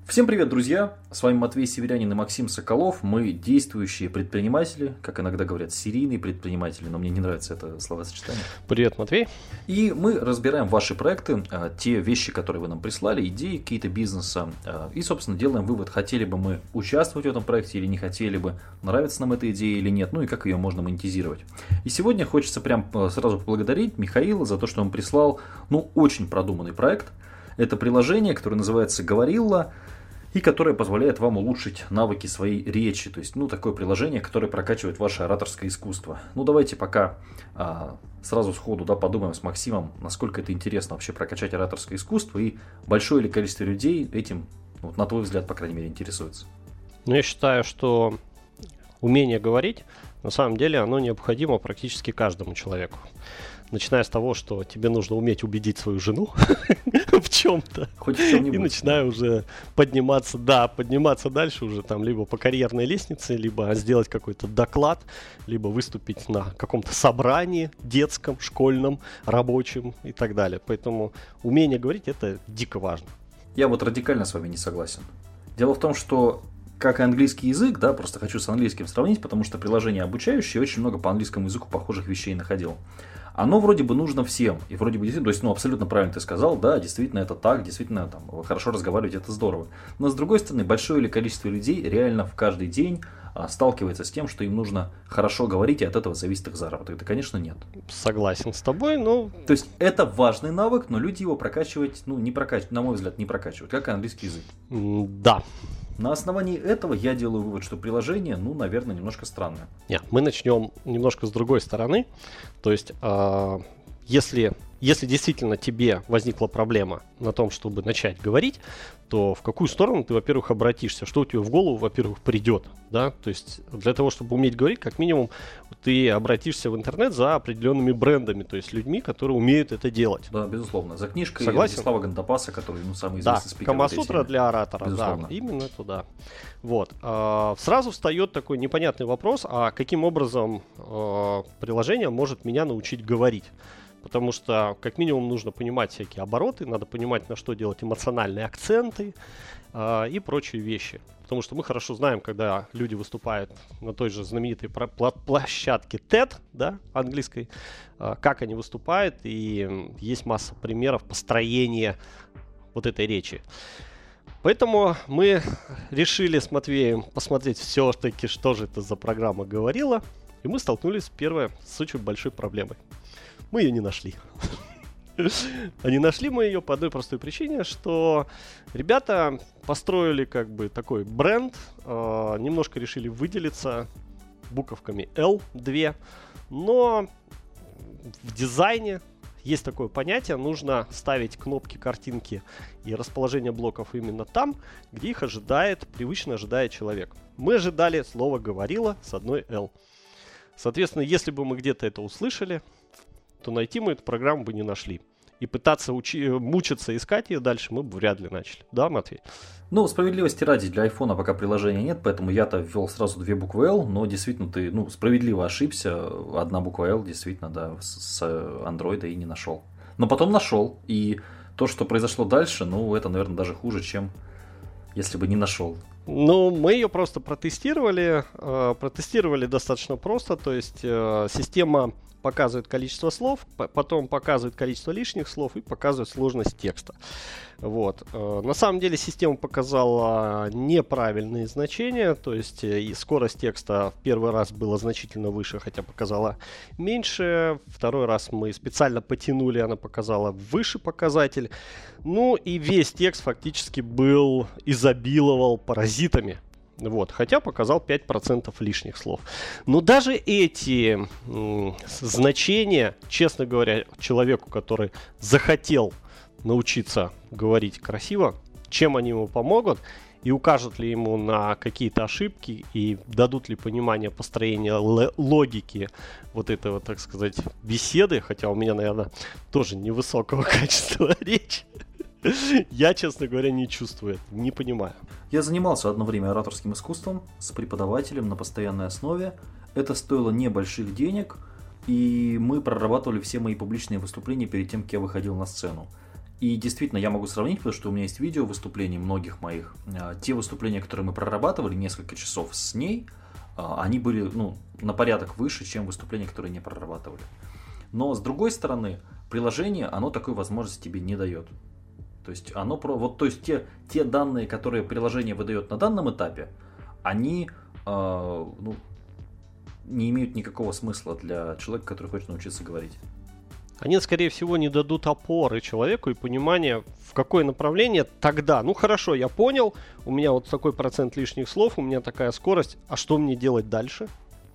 Всем привет, друзья! С вами Матвей Северянин и Максим Соколов. Мы действующие предприниматели, как иногда говорят, серийные предприниматели, но мне не нравится это словосочетание. Привет, Матвей. И мы разбираем ваши проекты, те вещи, которые вы нам прислали, идеи какие-то бизнеса. И, собственно, делаем вывод, хотели бы мы участвовать в этом проекте или не хотели бы, нравится нам эта идея или нет, ну и как ее можно монетизировать. И сегодня хочется прям сразу поблагодарить Михаила за то, что он прислал, очень продуманный проект. Это приложение, которое называется Говорилла, и которое позволяет вам улучшить навыки своей речи. То есть, такое приложение, которое прокачивает ваше ораторское искусство. Давайте пока сразу сходу подумаем с Максимом, насколько это интересно вообще прокачать ораторское искусство, и большое ли количество людей этим, на твой взгляд, по крайней мере, интересуется. Я считаю, что умение говорить, на самом деле, оно необходимо практически каждому человеку. Начиная с того, что тебе нужно уметь убедить свою жену в чем-то. Хоть в чем-нибудь. И начиная уже подниматься дальше уже там либо по карьерной лестнице, либо сделать какой-то доклад, либо выступить на каком-то собрании детском, школьном, рабочем и так далее. Поэтому умение говорить — это дико важно. Я радикально с вами не согласен. Дело в том, что как и английский язык, просто хочу с английским сравнить, потому что приложение обучающее очень много по английскому языку похожих вещей находил. Оно вроде бы нужно всем, и вроде бы действительно, то есть, абсолютно правильно ты сказал, да, действительно это так, действительно хорошо разговаривать, это здорово. Но с другой стороны, большое ли количество людей реально в каждый день сталкивается с тем, что им нужно хорошо говорить, и от этого зависит их заработок? Это, конечно, нет. Согласен с тобой, но... То есть это важный навык, но люди его прокачивать, не прокачивают, на мой взгляд, не прокачивают, как и английский язык. Да. На основании этого я делаю вывод, что приложение, наверное, немножко странное. Нет, мы начнем немножко с другой стороны. То есть, если действительно тебе возникла проблема на том, чтобы начать говорить, то в какую сторону ты, во-первых, обратишься? Что у тебя в голову, во-первых, придет? Да? То есть для того, чтобы уметь говорить, как минимум, ты обратишься в интернет за определенными брендами, то есть людьми, которые умеют это делать. Да, безусловно. За книжкой Владислава Гандапаса, который самый известный спикер. Камасутра для оратора. Безусловно. Да, именно туда. Сразу встает такой непонятный вопрос, а каким образом приложение может меня научить говорить? Потому что, как минимум, нужно понимать всякие обороты, надо понимать, на что делать эмоциональные акценты и прочие вещи. Потому что мы хорошо знаем, когда люди выступают на той же знаменитой площадке TED, да, английской, как они выступают, и есть масса примеров построения вот этой речи. Поэтому мы решили с Матвеем посмотреть все-таки, что же это за программа Говорилла, и мы столкнулись с очень большой проблемой. Мы ее не нашли. А не нашли мы ее по одной простой причине, что ребята построили такой бренд, немножко решили выделиться буковками L2, но в дизайне есть такое понятие, нужно ставить кнопки, картинки и расположение блоков именно там, где их привычно ожидает человек. Мы ожидали слово «говорилла» с одной L. Соответственно, если бы мы где-то это услышали, то найти мы эту программу бы не нашли. И пытаться мучиться искать ее дальше мы бы вряд ли начали. Да, Матвей? Справедливости ради, для айфона пока приложения нет, поэтому я-то ввел сразу две буквы L, но действительно ты справедливо ошибся. Одна буква L действительно, да, с андроида и не нашел. Но потом нашел. И то, что произошло дальше, это, наверное, даже хуже, чем если бы не нашел. Мы ее просто протестировали. Протестировали достаточно просто. То есть система показывает количество слов, потом показывает количество лишних слов и показывает сложность текста. На самом деле система показала неправильные значения, то есть и скорость текста в первый раз была значительно выше, хотя показала меньше. Второй раз мы специально потянули, она показала выше показатель. И весь текст фактически изобиловал паразитами. Хотя показал 5% лишних слов. Но даже эти значения, честно говоря, человеку, который захотел научиться говорить красиво, чем они ему помогут и укажут ли ему на какие-то ошибки и дадут ли понимание построения логики этого, так сказать, беседы, хотя у меня, наверное, тоже невысокого качества речи. Я, честно говоря, не чувствую это, не понимаю. Я занимался одно время ораторским искусством с преподавателем на постоянной основе. Это стоило небольших денег, и мы прорабатывали все мои публичные выступления перед тем, как я выходил на сцену. И действительно, я могу сравнить, потому что у меня есть видео выступлений многих моих. Те выступления, которые мы прорабатывали несколько часов с ней, они были на порядок выше, чем выступления, которые не прорабатывали. Но с другой стороны, приложение, оно такой возможности тебе не дает. То есть, те данные, которые приложение выдает на данном этапе, они не имеют никакого смысла для человека, который хочет научиться говорить. Они, скорее всего, не дадут опоры человеку и понимания, в какое направление тогда. Ну хорошо, я понял, у меня вот такой процент лишних слов, у меня такая скорость, а что мне делать дальше?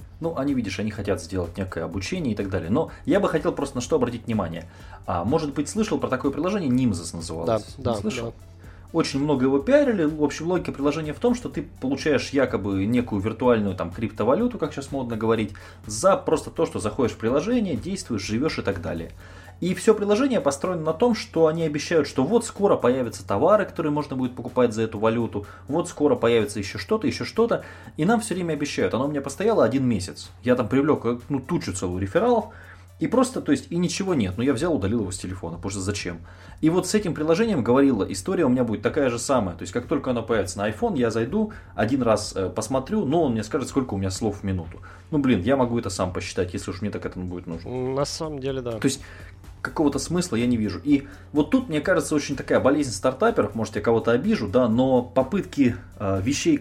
Они хотят сделать некое обучение и так далее. Но я бы хотел просто на что обратить внимание. Может быть, слышал про такое приложение, Nimsys называлось? Да, слышал? Да. Очень много его пиарили. В общем, логика приложения в том, что ты получаешь якобы некую виртуальную криптовалюту, как сейчас модно говорить, за просто то, что заходишь в приложение, действуешь, живешь и так далее. И все приложение построено на том, что они обещают, что вот скоро появятся товары, которые можно будет покупать за эту валюту, вот скоро появится еще что-то, и нам все время обещают. Оно у меня постояло 1 месяц. Я там привлек тучу целую рефералов, и просто, и ничего нет. Но я взял, удалил его с телефона, потому что зачем? И вот с этим приложением говорила, история у меня будет такая же самая. То есть, как только оно появится на iPhone, я зайду, 1 раз посмотрю, но он мне скажет, сколько у меня слов в минуту. Я могу это сам посчитать, если уж мне так это будет нужно. На самом деле, да. То есть, какого-то смысла я не вижу. И вот тут, мне кажется, очень такая болезнь стартаперов, может, я кого-то обижу, да, но попытки вещи,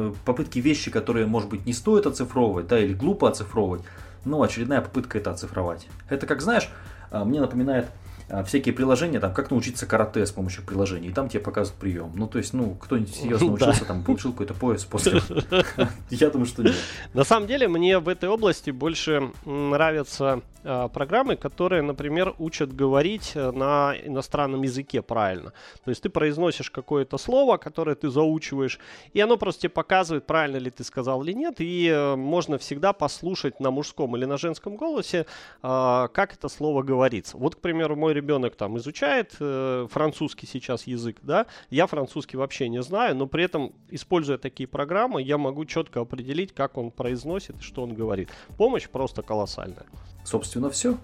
которые, может быть, не стоит оцифровывать, да, или глупо оцифровывать, очередная попытка это оцифровать. Это, как знаешь, мне напоминает всякие приложения, как научиться карате с помощью приложений, и там тебе показывают прием. Кто-нибудь серьезно учился, получил какой-то пояс после. Я думаю, что нет. На самом деле, мне в этой области больше нравятся программы, которые, например, учат говорить на иностранном языке правильно. То есть ты произносишь какое-то слово, которое ты заучиваешь, и оно просто тебе показывает, правильно ли ты сказал или нет, и можно всегда послушать на мужском или на женском голосе, как это слово говорится. Вот, к примеру, мой ребенок изучает французский сейчас язык, да, я французский вообще не знаю, но при этом, используя такие программы, я могу четко определить, как он произносит, что он говорит. Помощь просто колоссальная. Собственно, все.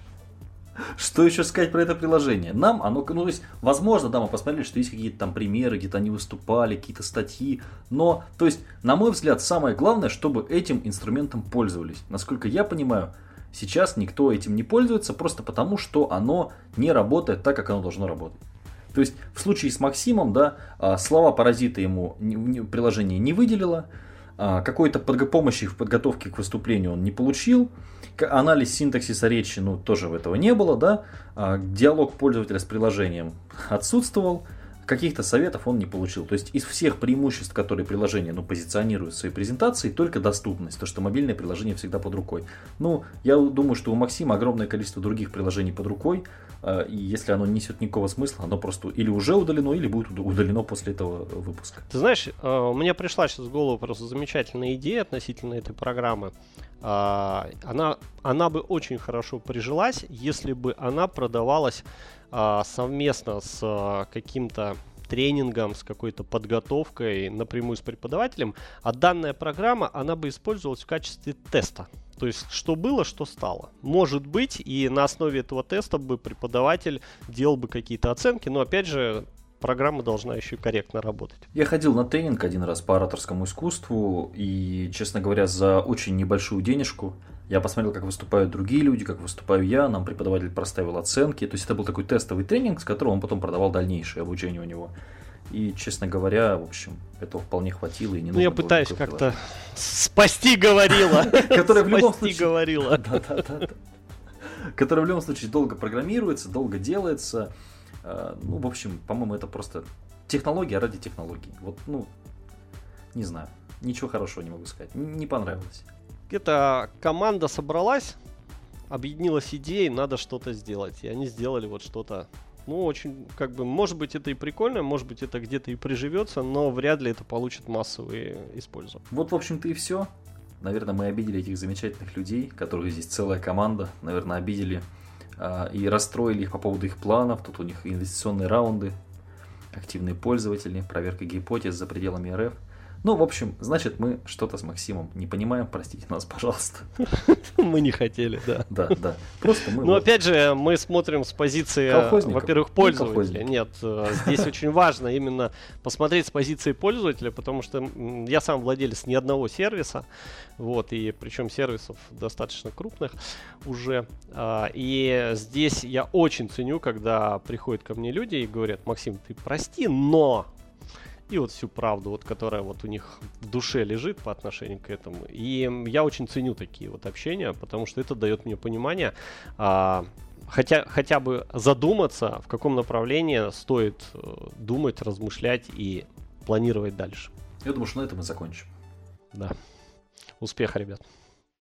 Что еще сказать про это приложение? Возможно, мы посмотрели, что есть какие-то примеры, где-то они выступали, какие-то статьи, но, на мой взгляд, самое главное, чтобы этим инструментом пользовались. Насколько я понимаю, сейчас никто этим не пользуется, просто потому, что оно не работает так, как оно должно работать. То есть, в случае с Максимом, слова паразита ему приложение не выделило, какой-то помощи в подготовке к выступлению он не получил, анализ синтаксиса речи, тоже этого не было, диалог пользователя с приложением отсутствовал, каких-то советов он не получил. То есть из всех преимуществ, которые приложение позиционирует в своей презентации, только доступность, то что мобильное приложение всегда под рукой. Я думаю, что у Максима огромное количество других приложений под рукой, и если оно не несет никакого смысла, оно просто или уже удалено, или будет удалено после этого выпуска. Ты знаешь, у меня пришла сейчас в голову просто замечательная идея относительно этой программы. Она бы очень хорошо прижилась, если бы она продавалась совместно с каким-то тренингом, с какой-то подготовкой напрямую с преподавателем, а данная программа, она бы использовалась в качестве теста. То есть, что было, что стало. Может быть, и на основе этого теста бы преподаватель делал бы какие-то оценки, но, опять же, программа должна еще корректно работать. Я ходил на тренинг 1 раз по ораторскому искусству, и, честно говоря, за очень небольшую денежку я посмотрел, как выступают другие люди, как выступаю я, нам преподаватель проставил оценки, то есть это был такой тестовый тренинг, с которого он потом продавал дальнейшее обучение у него. И, честно говоря, в общем, этого вполне хватило. И не я пытаюсь как-то спасти говорила. Которая в любом случае... Которая в любом случае долго программируется, долго делается. В общем, по-моему, это просто технология ради технологии. Не знаю. Ничего хорошего не могу сказать. Не понравилось. Эта команда собралась, объединилась идеей, надо что-то сделать. И они сделали вот что-то. Очень, может быть, это и прикольно, может быть, это где-то и приживется, но вряд ли это получит массовое использование. В общем-то, и все. Наверное, мы обидели этих замечательных людей, которых здесь целая команда. Наверное, обидели и расстроили их по поводу их планов. Тут у них инвестиционные раунды, активные пользователи, проверка гипотез за пределами РФ. Ну, в общем, значит, мы что-то с Максимом не понимаем, простите нас, пожалуйста. Мы не хотели, да. Да, да. Просто мы... Но опять же, мы смотрим с позиции, во-первых, пользователя. Нет, здесь очень важно именно посмотреть с позиции пользователя, потому что я сам владелец ни одного сервиса, вот, и причем сервисов достаточно крупных уже. И здесь я очень ценю, когда приходят ко мне люди и говорят: Максим, ты прости, но... И вот всю правду, вот, которая вот у них в душе лежит по отношению к этому. И я очень ценю такие вот общения, потому что это дает мне понимание, хотя бы задуматься, в каком направлении стоит думать, размышлять и планировать дальше. Я думаю, что на этом мы закончим. Да. Успеха, ребят.